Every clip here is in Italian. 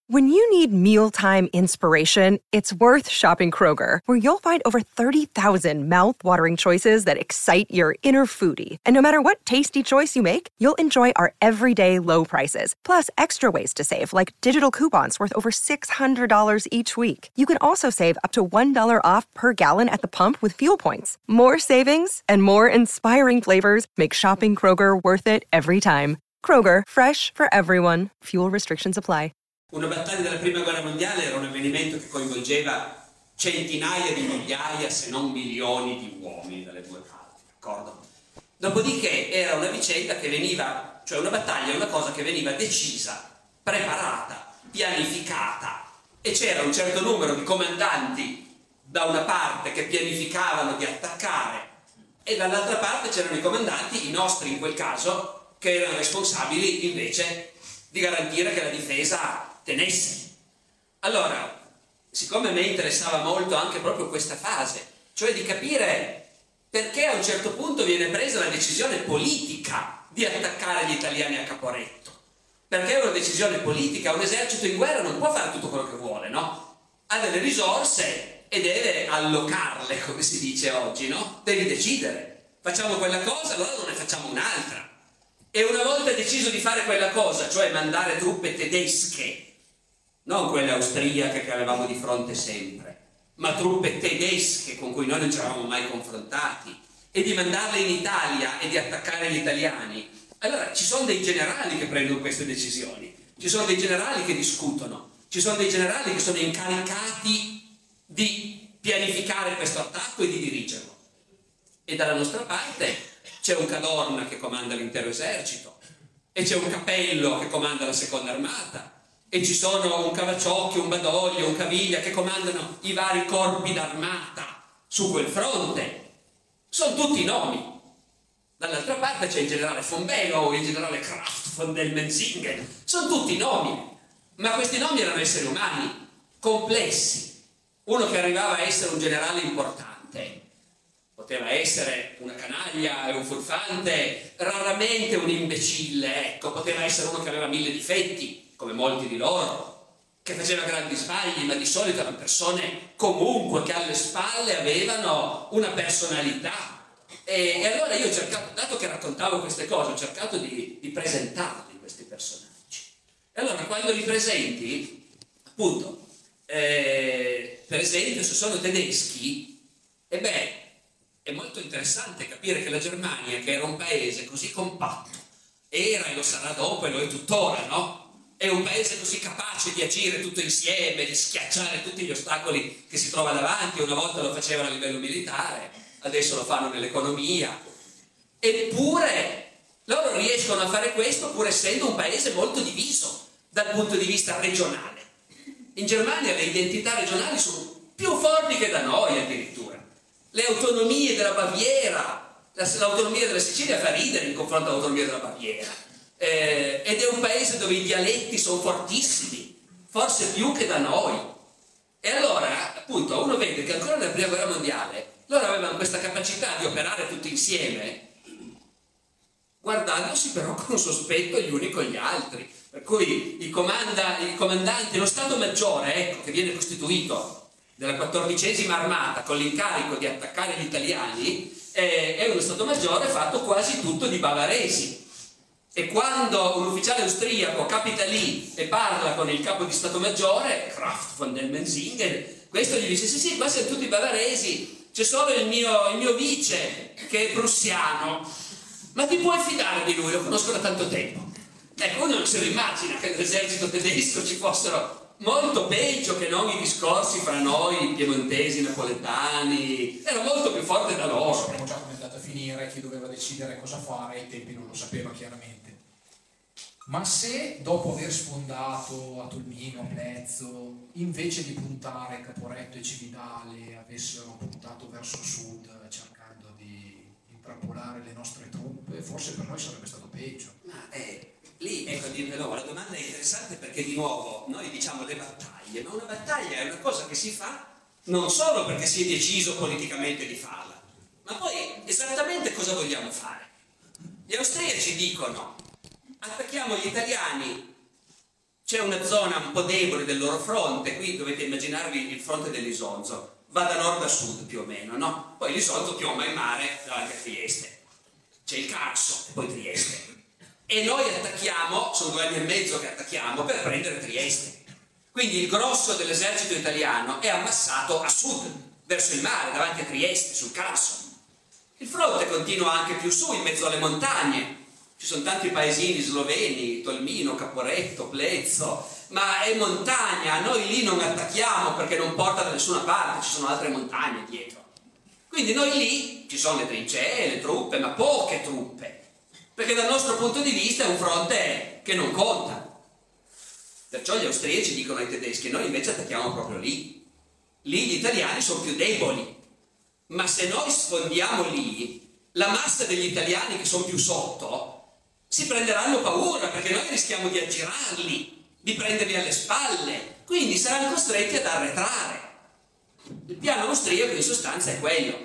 When you need mealtime inspiration, it's worth shopping Kroger, where you'll find over 30,000 mouth-watering choices that excite your inner foodie. And no matter what tasty choice you make, you'll enjoy our everyday low prices, plus extra ways to save, like digital coupons worth over $600 each week. You can also save up to $1 off per gallon at the pump with fuel points. More savings and more inspiring flavors make shopping Kroger worth it every time. Kroger, fresh for everyone. Fuel restrictions apply. Una battaglia della Prima Guerra Mondiale era un avvenimento che coinvolgeva centinaia di migliaia, se non milioni di uomini dalle due parti, d'accordo? Dopodiché era una vicenda che veniva, cioè una battaglia è una cosa che veniva decisa, preparata, pianificata, e c'era un certo numero di comandanti da una parte che pianificavano di attaccare e dall'altra parte c'erano i comandanti, i nostri in quel caso, che erano responsabili invece di garantire che la difesa tenesse. Allora, siccome a me interessava molto anche proprio questa fase, cioè di capire perché a un certo punto viene presa la decisione politica di attaccare gli italiani a Caporetto, perché è una decisione politica, un esercito in guerra non può fare tutto quello che vuole, no? Ha delle risorse e deve allocarle, come si dice oggi, no? Devi decidere, facciamo quella cosa, allora non ne facciamo un'altra. E una volta deciso di fare quella cosa, cioè mandare truppe tedesche, non quelle austriache che avevamo di fronte sempre, ma truppe tedesche con cui noi non ci eravamo mai confrontati, e di mandarle in Italia e di attaccare gli italiani, allora ci sono dei generali che prendono queste decisioni, ci sono dei generali che discutono, ci sono dei generali che sono incaricati di pianificare questo attacco e di dirigerlo. E dalla nostra parte c'è un Cadorna che comanda l'intero esercito, e c'è un Capello che comanda la seconda armata, e ci sono un Cavacciocchio, un Badoglio, un Caviglia che comandano i vari corpi d'armata su quel fronte. Sono tutti nomi. Dall'altra parte c'è il generale von Below, il generale Kraft von Dellmensingen. Sono tutti nomi, ma questi nomi erano esseri umani, complessi. Uno che arrivava a essere un generale importante poteva essere una canaglia e un furfante, raramente un imbecille, ecco, poteva essere uno che aveva 1000 difetti, come molti di loro, che faceva grandi sbagli, ma di solito erano persone comunque che alle spalle avevano una personalità. E allora io ho cercato, dato che raccontavo queste cose, ho cercato di presentarli questi personaggi. E allora quando li presenti, appunto, per esempio se sono tedeschi, è molto interessante capire che la Germania, che era un paese così compatto, era e lo sarà dopo e lo è tuttora, no? È un paese così capace di agire tutto insieme, di schiacciare tutti gli ostacoli che si trova davanti. Una volta lo facevano a livello militare, adesso lo fanno nell'economia. Eppure loro riescono a fare questo pur essendo un paese molto diviso dal punto di vista regionale. In Germania le identità regionali sono più forti che da noi addirittura. Le autonomie della Baviera, l'autonomia della Sicilia fa ridere in confronto all'autonomia della Baviera. Ed è un paese dove i dialetti sono fortissimi, forse più che da noi. E allora, appunto, uno vede che ancora nella Prima Guerra Mondiale loro avevano questa capacità di operare tutti insieme, guardandosi però con sospetto gli uni con gli altri. Per cui i comandanti, lo Stato Maggiore, ecco, che viene costituito della 14ª armata con l'incarico di attaccare gli italiani, è uno Stato Maggiore fatto quasi tutto di bavaresi. E quando un ufficiale austriaco capita lì e parla con il capo di Stato Maggiore, Kraft von Dellmensingen, questo gli dice: sì, qua siamo tutti bavaresi, c'è solo il mio vice che è prussiano, ma ti puoi fidare di lui, lo conosco da tanto tempo. Ecco, uno non se lo immagina che nell'esercito tedesco ci fossero molto peggio che non i discorsi fra noi piemontesi, napoletani, era molto più forte da loro. Sappiamo già come è andata a finire, chi doveva decidere cosa fare, ai tempi non lo sapeva chiaramente. Ma se dopo aver sfondato a Tolmino, a Plezzo, invece di puntare a Caporetto e Cividale, avessero puntato verso sud cercando di intrappolare le nostre truppe, forse per noi sarebbe stato peggio. Ma lì, ecco, a dirvelo, la domanda è interessante perché di nuovo noi diciamo le battaglie, ma una battaglia è una cosa che si fa non solo perché si è deciso politicamente di farla, ma poi esattamente cosa vogliamo fare. Gli austriaci dicono: attacchiamo gli italiani c'è una zona un po' debole del loro fronte, qui dovete immaginarvi il fronte dell'Isonzo, va da nord a sud più o meno, no? Poi l'Isonzo piomba in mare davanti a Trieste, c'è il Carso e poi Trieste. E noi attacchiamo, sono 2 anni e mezzo che attacchiamo per prendere Trieste. Quindi il grosso dell'esercito italiano è ammassato a sud, verso il mare, davanti a Trieste, sul Carso. Il fronte continua anche più su, in mezzo alle montagne. Ci sono tanti paesini sloveni, Tolmino, Caporetto, Plezzo, ma è montagna, noi lì non attacchiamo perché non porta da nessuna parte, ci sono altre montagne dietro. Quindi noi lì ci sono le trincee, le truppe, ma poche truppe, perché dal nostro punto di vista è un fronte che non conta. Perciò gli austriaci dicono ai tedeschi: noi invece attacchiamo proprio lì. Lì gli italiani sono più deboli, ma se noi sfondiamo lì, la massa degli italiani che sono più sotto si prenderanno paura, perché noi rischiamo di aggirarli, di prenderli alle spalle, quindi saranno costretti ad arretrare. Il piano austriaco in sostanza è quello.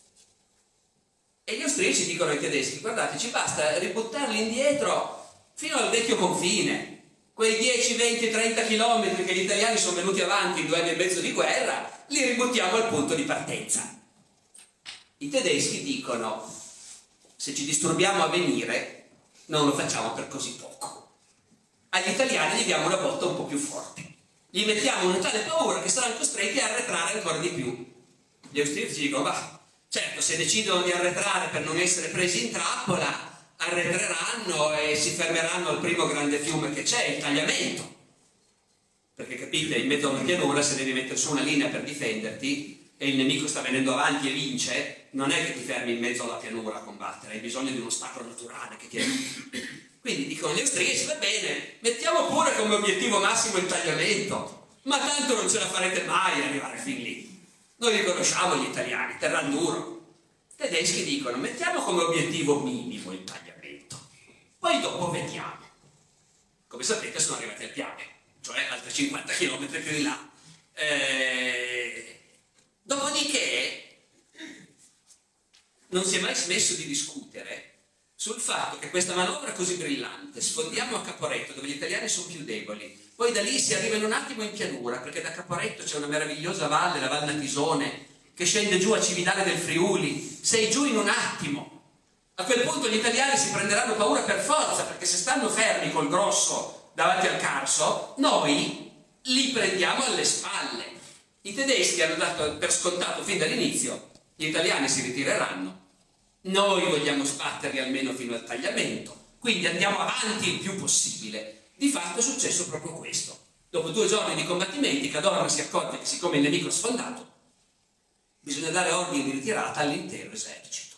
E gli austriaci dicono ai tedeschi: guardate, ci basta ributtarli indietro fino al vecchio confine, quei 10, 20, 30 chilometri che gli italiani sono venuti avanti in 2 anni e mezzo di guerra, li ributtiamo al punto di partenza. I tedeschi dicono: se ci disturbiamo a venire, non lo facciamo per così poco. Agli italiani gli diamo una botta un po' più forte, gli mettiamo una tale paura che saranno costretti a arretrare ancora di più. Gli austriaci dicono: bah, certo, se decidono di arretrare per non essere presi in trappola, arretreranno e si fermeranno al primo grande fiume che c'è, il Tagliamento. Perché capite, in mezzo a una pianura, se devi mettere su una linea per difenderti e il nemico sta venendo avanti e vince, non è che ti fermi in mezzo alla pianura a combattere, hai bisogno di uno ostacolo naturale che ti aiuti. Quindi dicono gli austriaci: va bene, mettiamo pure come obiettivo massimo il Tagliamento, ma tanto non ce la farete mai arrivare fin lì. Noi li conosciamo gli italiani, terra duro. I tedeschi dicono: mettiamo come obiettivo minimo il Tagliamento, poi dopo vediamo. Come sapete sono arrivati al Piave, cioè altri 50 km più in là. Dopodiché non si è mai smesso di discutere sul fatto che questa manovra così brillante, sfondiamo a Caporetto dove gli italiani sono più deboli, poi da lì si arriva in un attimo in pianura, perché da Caporetto c'è una meravigliosa valle, la Val Natisone, che scende giù a Cividale del Friuli, sei giù in un attimo. A quel punto gli italiani si prenderanno paura per forza, perché se stanno fermi col grosso davanti al Carso, noi li prendiamo alle spalle. I tedeschi hanno dato per scontato fin dall'inizio: gli italiani si ritireranno, noi vogliamo sbatterli almeno fino al Tagliamento, quindi andiamo avanti il più possibile. Di fatto è successo proprio questo. Dopo 2 giorni di combattimenti, Cadorna si accorge che siccome il nemico è sfondato, bisogna dare ordine di ritirata all'intero esercito.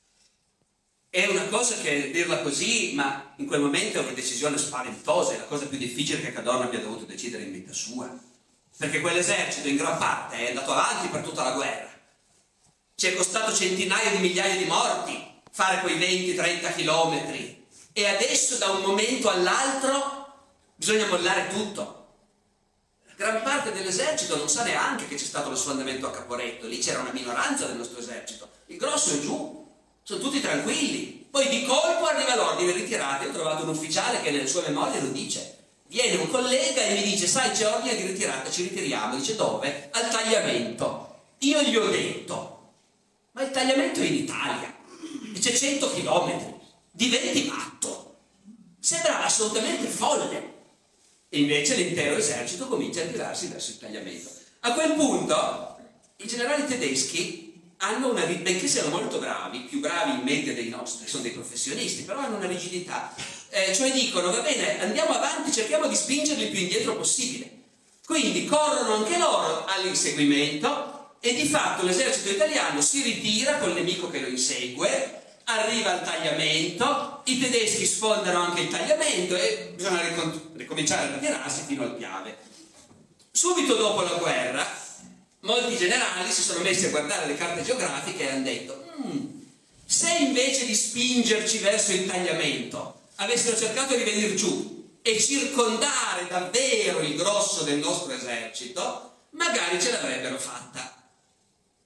È una cosa che, dirla così, ma in quel momento è una decisione spaventosa, è la cosa più difficile che Cadorna abbia dovuto decidere in vita sua, perché quell'esercito in gran parte è andato avanti per tutta la guerra. Ci è costato centinaia di migliaia di morti fare quei 20-30 chilometri, e adesso da un momento all'altro bisogna mollare tutto. Gran parte dell'esercito non sa neanche che c'è stato lo sfondamento a Caporetto, lì c'era una minoranza del nostro esercito, il grosso è giù, sono tutti tranquilli. Poi di colpo arriva l'ordine: ritirate. Ho trovato un ufficiale che nelle sue memorie lo dice. Viene un collega e mi dice: sai, c'è ordine di ritirata, ci ritiriamo. Dice: dove? Al Tagliamento. Io gli ho detto: ma il Tagliamento è in Italia e c'è 100 chilometri, diventi matto, sembra assolutamente folle. E invece l'intero esercito comincia a tirarsi verso il Tagliamento. A quel punto i generali tedeschi hanno una, benché siano molto bravi, più bravi in media dei nostri, sono dei professionisti, però hanno una rigidità, cioè dicono: va bene, andiamo avanti, cerchiamo di spingerli il più indietro possibile. Quindi corrono anche loro all'inseguimento e di fatto l'esercito italiano si ritira col nemico che lo insegue, arriva al Tagliamento, i tedeschi sfondano anche il Tagliamento e bisogna ricominciare a ritirarsi fino al Piave. Subito dopo la guerra molti generali si sono messi a guardare le carte geografiche e hanno detto: se invece di spingerci verso il Tagliamento avessero cercato di venire giù e circondare davvero il grosso del nostro esercito, magari ce l'avrebbero fatta.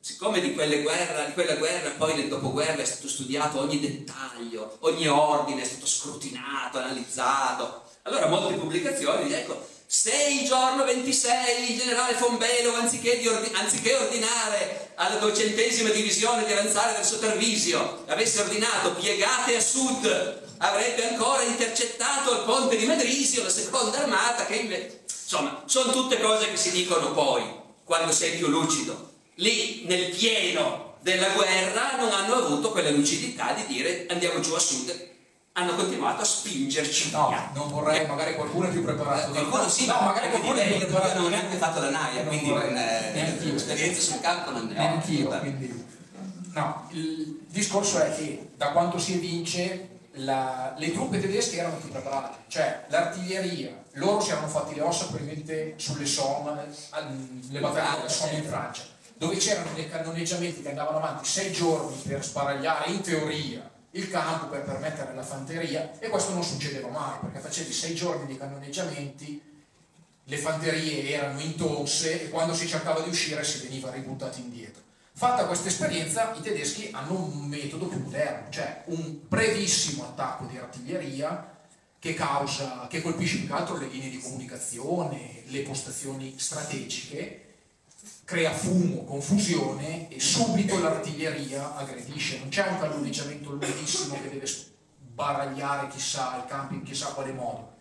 siccome di quella guerra poi nel dopoguerra è stato studiato ogni dettaglio, ogni ordine è stato scrutinato, analizzato, allora molte pubblicazioni, ecco, se il giorno 26 il generale von Below, anziché ordinare alla 200ª divisione di avanzare verso Tarvisio, avesse ordinato piegate a sud, avrebbe ancora intercettato il ponte di Madrisio la seconda armata, che invece... Insomma, sono tutte cose che si dicono poi, quando sei più lucido. Lì, nel pieno della guerra, non hanno avuto quella lucidità di dire andiamo giù a sud. Hanno continuato a spingerci via. No, non vorrei, magari qualcuno è più preparato. Qualcuno sì, no, magari qualcuno è più preparato. Non ho neanche fatto la NAIA, quindi l'esperienza sul campo non ne ho. Neanch'io, quindi... No, il discorso è che da quanto si evince le truppe tedesche erano più preparate, cioè l'artiglieria, loro si erano fatti le ossa probabilmente sulle Somme, le battaglie della Somme in Francia, dove c'erano dei cannoneggiamenti che andavano avanti 6 giorni per sbaragliare in teoria il campo, per permettere alla fanteria, e questo non succedeva mai, perché facevi 6 giorni di cannoneggiamenti, le fanterie erano intonse e quando si cercava di uscire si veniva ributtati indietro. Fatta questa esperienza, i tedeschi hanno un metodo più moderno, cioè un brevissimo attacco di artiglieria che colpisce più che altro le linee di comunicazione, le postazioni strategiche, crea fumo, confusione e subito l'artiglieria aggredisce. Non c'è un cannoneggiamento lunghissimo che deve sbaragliare chissà il campo in chissà quale modo.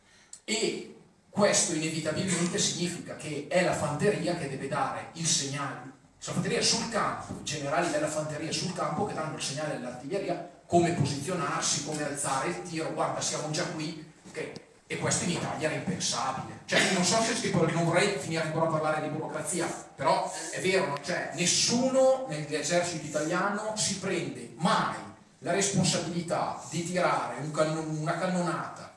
E questo inevitabilmente significa che è la fanteria che deve dare il segnale. La fanteria sul campo, i generali della fanteria sul campo che danno il segnale all'artiglieria come posizionarsi, come alzare il tiro, guarda siamo già qui, okay. E questo in Italia era impensabile. Cioè non so se non vorrei finire ancora a parlare di burocrazia, però è vero, cioè nessuno nell'esercito italiano si prende mai la responsabilità di tirare una cannonata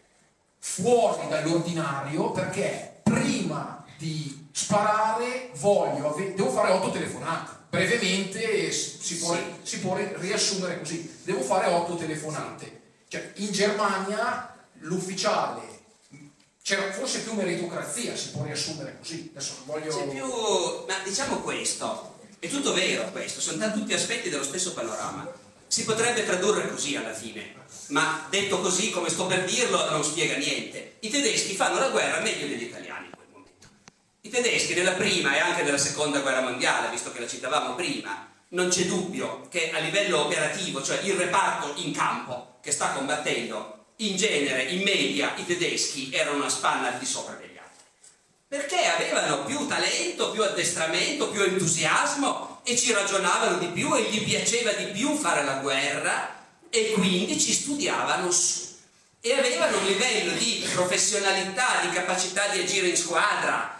fuori dall'ordinario, perché prima di sparare devo fare 8 telefonate. Brevemente si può riassumere così: devo fare 8 telefonate. Cioè in Germania l'ufficiale, c'era forse più meritocrazia, si può riassumere così. Adesso non voglio... C'è più... ma diciamo questo, è tutto vero questo, sono tutti aspetti dello stesso panorama. Si potrebbe tradurre così alla fine, ma detto così come sto per dirlo non spiega niente. I tedeschi fanno la guerra meglio degli italiani in quel momento. I tedeschi nella prima e anche nella seconda guerra mondiale, visto che la citavamo prima, non c'è dubbio che a livello operativo, cioè il reparto in campo che sta combattendo, in genere, in media, i tedeschi erano una spanna al di sopra degli altri, perché avevano più talento, più addestramento, più entusiasmo e ci ragionavano di più e gli piaceva di più fare la guerra e quindi ci studiavano su e avevano un livello di professionalità, di capacità di agire in squadra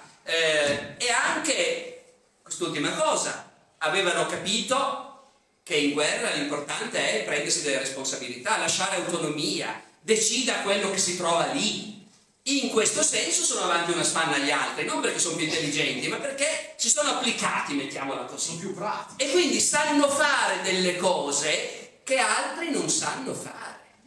e anche, quest'ultima cosa, avevano capito che in guerra l'importante è prendersi delle responsabilità, lasciare autonomia, decida quello che si trova lì. In questo senso sono avanti una spanna agli altri, non perché sono più intelligenti, ma perché si sono applicati, mettiamola così. Sono più pratici. E quindi sanno fare delle cose che altri non sanno fare.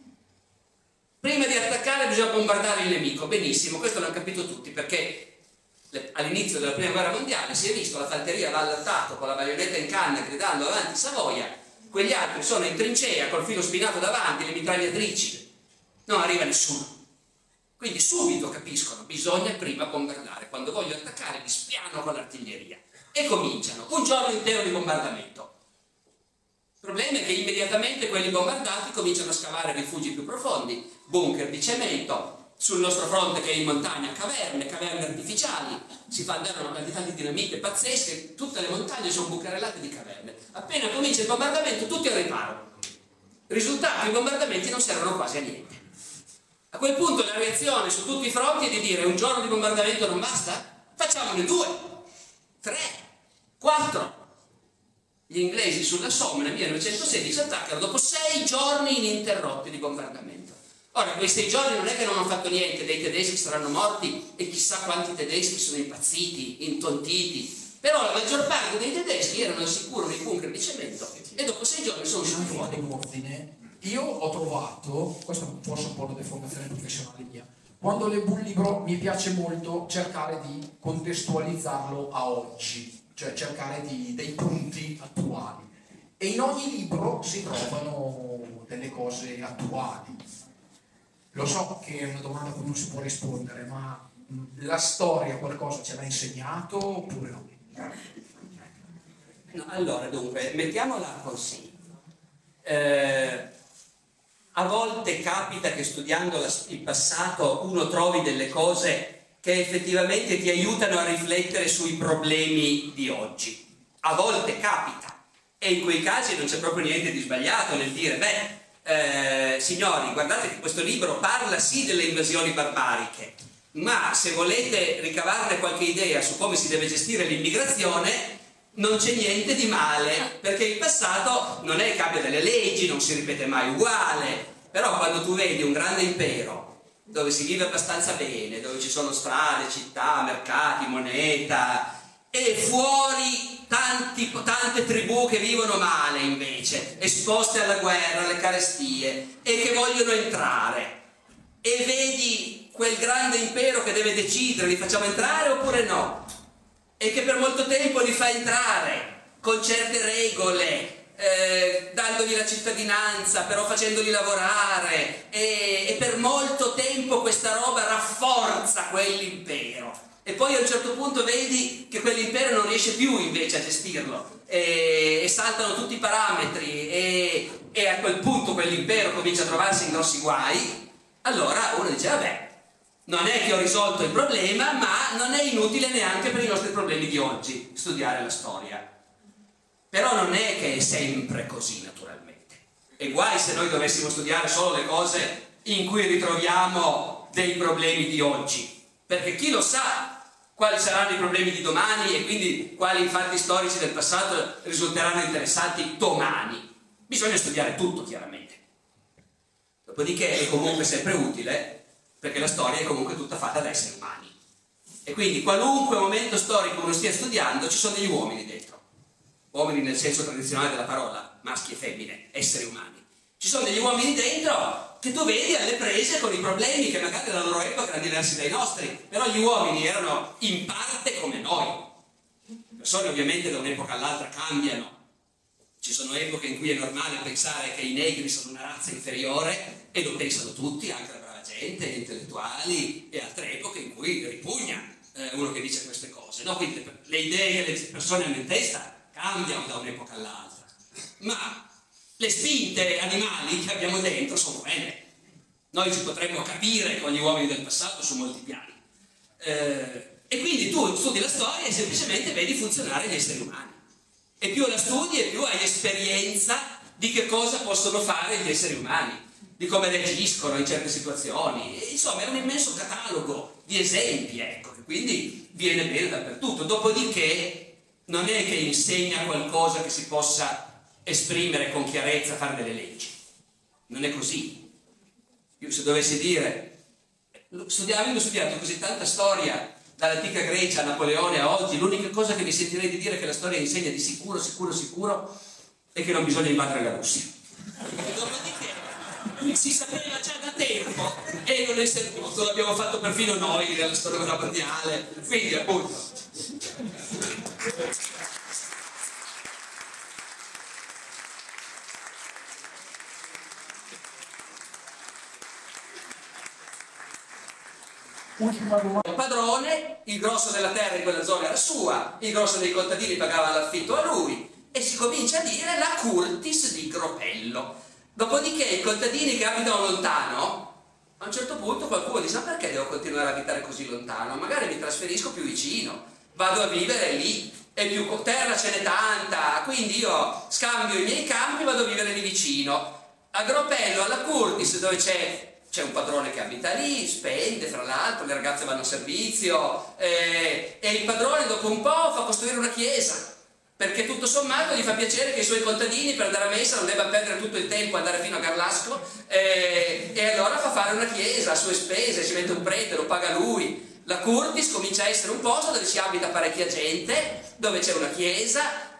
Prima di attaccare bisogna bombardare il nemico, benissimo, questo l'hanno capito tutti, perché all'inizio della prima guerra mondiale si è visto la fanteria va all'attacco con la baionetta in canna gridando avanti Savoia, quegli altri sono in trincea col filo spinato davanti, le mitragliatrici, non arriva nessuno. Quindi subito capiscono, bisogna prima bombardare, quando voglio attaccare li spiano con l'artiglieria e cominciano un giorno intero di bombardamento. Il problema è che immediatamente quelli bombardati cominciano a scavare rifugi più profondi, bunker di cemento, sul nostro fronte che è in montagna caverne artificiali, si fanno una quantità di dinamite pazzesche, tutte le montagne sono bucherellate di caverne. Appena comincia il bombardamento tutti al riparo. Risultato, i bombardamenti non servono quasi a niente. A quel punto la reazione su tutti i fronti è di dire un giorno di bombardamento non basta? Facciamone 2, 3, 4. Gli inglesi sulla Somme nel 1916 attaccano dopo 6 giorni ininterrotti di bombardamento. Ora, quei 6 giorni non è che non hanno fatto niente, dei tedeschi saranno morti e chissà quanti tedeschi sono impazziti, intontiti, però la maggior parte dei tedeschi erano al sicuro nei bunker di cemento e dopo 6 giorni sono usciti fuori. In ordine, io ho trovato, questo forse un po' una deformazione professionale mia, quando leggo un libro mi piace molto cercare di contestualizzarlo a oggi. cioè cercare dei punti attuali. E in ogni libro si trovano delle cose attuali. Lo so che è una domanda a cui non si può rispondere, ma la storia qualcosa ce l'ha insegnato oppure no? No, allora, dunque, mettiamola così. A volte capita che studiando il passato uno trovi delle cose che effettivamente ti aiutano a riflettere sui problemi di oggi. A volte capita. E in quei casi non c'è proprio niente di sbagliato nel dire, signori, guardate che questo libro parla sì delle invasioni barbariche, ma se volete ricavarne qualche idea su come si deve gestire l'immigrazione, non c'è niente di male, perché il passato non è che cambia delle leggi, non si ripete mai uguale, però quando tu vedi un grande impero dove si vive abbastanza bene, dove ci sono strade, città, mercati, moneta, e fuori tante tribù che vivono male invece, esposte alla guerra, alle carestie, e che vogliono entrare, e vedi quel grande impero che deve decidere, li facciamo entrare oppure no, e che per molto tempo li fa entrare con certe regole, dandogli la cittadinanza, però facendoli lavorare, e per molto tempo questa roba rafforza quell'impero. E poi a un certo punto vedi che quell'impero non riesce più invece a gestirlo e saltano tutti i parametri e a quel punto quell'impero comincia a trovarsi in grossi guai. Allora uno dice, vabbè, non è che ho risolto il problema, ma non è inutile neanche per i nostri problemi di oggi studiare la storia. Però non è che è sempre così, naturalmente. E guai se noi dovessimo studiare solo le cose in cui ritroviamo dei problemi di oggi, perché chi lo sa quali saranno i problemi di domani e quindi quali fatti storici del passato risulteranno interessanti domani. Bisogna studiare tutto, chiaramente. Dopodiché è comunque sempre utile, perché la storia è comunque tutta fatta da esseri umani. E quindi qualunque momento storico uno stia studiando ci sono degli uomini dentro. Uomini nel senso tradizionale della parola, maschi e femmine, esseri umani. Ci sono degli uomini dentro che tu vedi alle prese con i problemi che magari nella loro epoca erano diversi dai nostri, però gli uomini erano in parte come noi. Le persone ovviamente da un'epoca all'altra cambiano. Ci sono epoche in cui è normale pensare che i negri sono una razza inferiore, e lo pensano tutti, anche la brava gente, gli intellettuali, e altre epoche in cui ripugna uno che dice queste cose, no? Quindi le idee che le persone hanno in testa cambiano da un'epoca all'altra, ma le spinte animali che abbiamo dentro sono quelle. Noi ci potremmo capire con gli uomini del passato su molti piani. E quindi tu studi la storia e semplicemente vedi funzionare gli esseri umani. E più la studi e più hai esperienza di che cosa possono fare gli esseri umani, di come reagiscono in certe situazioni. E, insomma, è un immenso catalogo di esempi, ecco, che quindi viene bene dappertutto. Dopodiché non è che insegna qualcosa che si possa esprimere con chiarezza, fare delle leggi. Non è così. Io se dovessi dire, avendo studiato così tanta storia, dall'antica Grecia a Napoleone a oggi, l'unica cosa che mi sentirei di dire è che la storia insegna di sicuro è che non bisogna invadere la Russia. Dopodiché si sapeva già da tempo e non è servito, l'abbiamo fatto perfino noi nella storia mondiale, quindi appunto. Il padrone, il grosso della terra in quella zona era sua, il grosso dei contadini pagava l'affitto a lui, e si comincia a dire la curtis di Gropello. Dopodiché i contadini che abitano lontano, a un certo punto qualcuno dice: ma perché devo continuare a abitare così lontano? Magari mi trasferisco più vicino, vado a vivere lì, e più terra ce n'è tanta, quindi io scambio i miei campi e vado a vivere lì vicino. A Gropello, alla curtis, dove c'è un padrone che abita lì, spende, fra l'altro, le ragazze vanno a servizio, e il padrone dopo un po' fa costruire una chiesa, perché tutto sommato gli fa piacere che i suoi contadini per andare a messa non debba perdere tutto il tempo, andare fino a Garlasco, e allora fa fare una chiesa a sue spese, ci mette un prete, lo paga lui. La Curtis comincia a essere un posto dove ci abita parecchia gente, dove c'è una chiesa,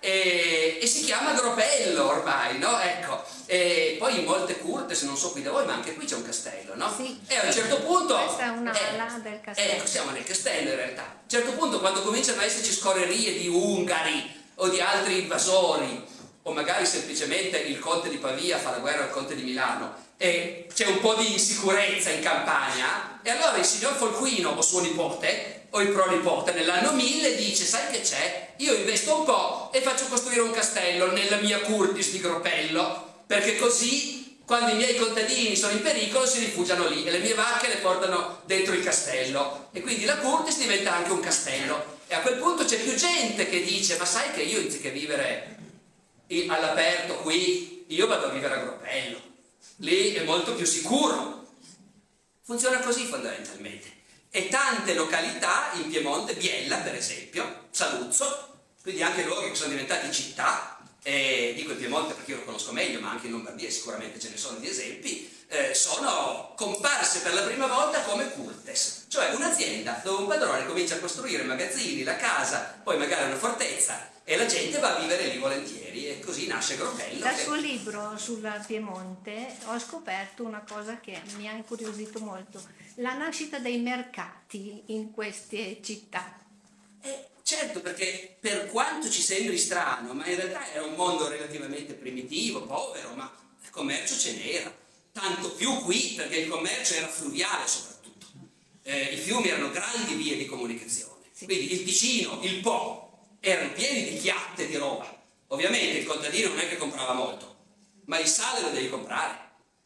e si chiama Gropello ormai, no? Ecco, e poi in molte curte, se non so qui da voi, ma anche qui c'è un castello, no? Sì. E a un certo punto... Questa è un'ala del castello. Ecco, siamo nel castello in realtà. A un certo punto, quando cominciano ad esserci scorrerie di ungari o di altri invasori, o magari semplicemente il conte di Pavia fa la guerra al conte di Milano, e c'è un po' di insicurezza in campagna, e allora il signor Folquino o suo nipote o il pronipote nell'anno 1000 dice: sai che c'è? Io investo un po' e faccio costruire un castello nella mia curtis di Gropello, perché così quando i miei contadini sono in pericolo si rifugiano lì e le mie vacche le portano dentro il castello, e quindi la curtis diventa anche un castello. E a quel punto c'è più gente che dice: ma sai che io, anziché vivere all'aperto qui, io vado a vivere a Gropello, lì è molto più sicuro. Funziona così fondamentalmente. E tante località in Piemonte, Biella per esempio, Saluzzo, quindi anche luoghi che sono diventati città, dico in Piemonte perché io lo conosco meglio, ma anche in Lombardia sicuramente ce ne sono di esempi, sono comparse per la prima volta come curtes, cioè un'azienda dove un padrone comincia a costruire magazzini, la casa, poi magari una fortezza, e la gente va a vivere lì volentieri, e così nasce Gropello. Dal suo libro sul Piemonte ho scoperto una cosa che mi ha incuriosito molto: la nascita dei mercati in queste città. Certo, perché per quanto ci sembri strano, ma in realtà era un mondo relativamente primitivo, povero, ma il commercio ce n'era, tanto più qui perché il commercio era fluviale soprattutto. I fiumi erano grandi vie di comunicazione, Sì. Quindi il Ticino, il Po, erano pieni di chiatte di roba. Ovviamente il contadino non è che comprava molto, ma il sale lo devi comprare,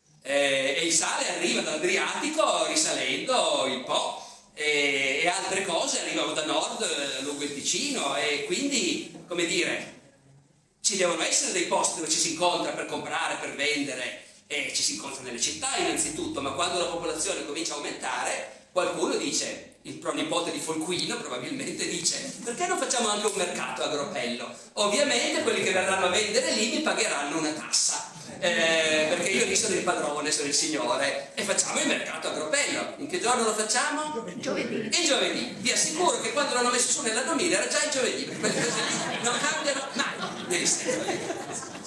e il sale arriva dall'Adriatico risalendo il Po, e altre cose arrivano da nord lungo il Ticino, e quindi, come dire, ci devono essere dei posti dove ci si incontra per comprare, per vendere, e ci si incontra nelle città innanzitutto, ma quando la popolazione comincia a aumentare, qualcuno dice, il pronipote di Folquino probabilmente dice: perché non facciamo anche un mercato a Gropello? Ovviamente quelli che verranno a vendere lì mi pagheranno una tassa, perché io lì sono il padrone, sono il signore, e facciamo il mercato a Gropello. In che giorno lo facciamo? Giovedì. Il giovedì. Vi assicuro che quando l'hanno messo su nell'anno 1000 era già il giovedì, perché quelle cose lì non cambiano mai.